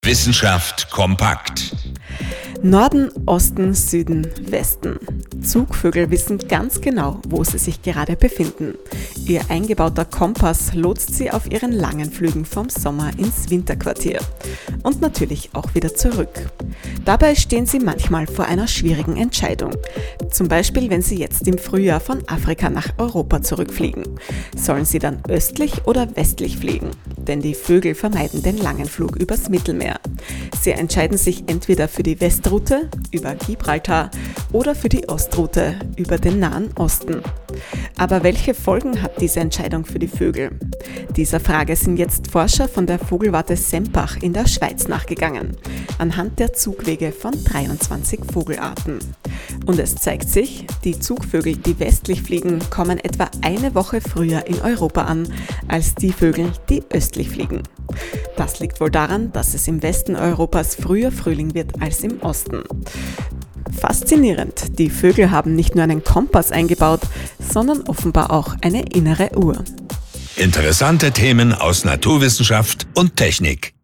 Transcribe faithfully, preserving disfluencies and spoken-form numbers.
Wissenschaft kompakt. Norden, Osten, Süden, Westen. Zugvögel wissen ganz genau, wo sie sich gerade befinden. Ihr eingebauter Kompass lotst sie auf ihren langen Flügen vom Sommer ins Winterquartier. Und natürlich auch wieder zurück. Dabei stehen sie manchmal vor einer schwierigen Entscheidung. Zum Beispiel, wenn sie jetzt im Frühjahr von Afrika nach Europa zurückfliegen. Sollen sie dann östlich oder westlich fliegen? Denn die Vögel vermeiden den langen Flug übers Mittelmeer. Sie entscheiden sich entweder für die Westroute über Gibraltar oder für die Ostroute über den Nahen Osten. Aber welche Folgen hat diese Entscheidung für die Vögel? Dieser Frage sind jetzt Forscher von der Vogelwarte Sempach in der Schweiz nachgegangen, anhand der Zugwege von dreiundzwanzig Vogelarten. Und es zeigt sich, die Zugvögel, die westlich fliegen, kommen etwa eine Woche früher in Europa an, als die Vögel, die östlich fliegen. Das liegt wohl daran, dass es im Westen Europas früher Frühling wird als im Osten. Faszinierend, die Vögel haben nicht nur einen Kompass eingebaut, sondern offenbar auch eine innere Uhr. Interessante Themen aus Naturwissenschaft und Technik.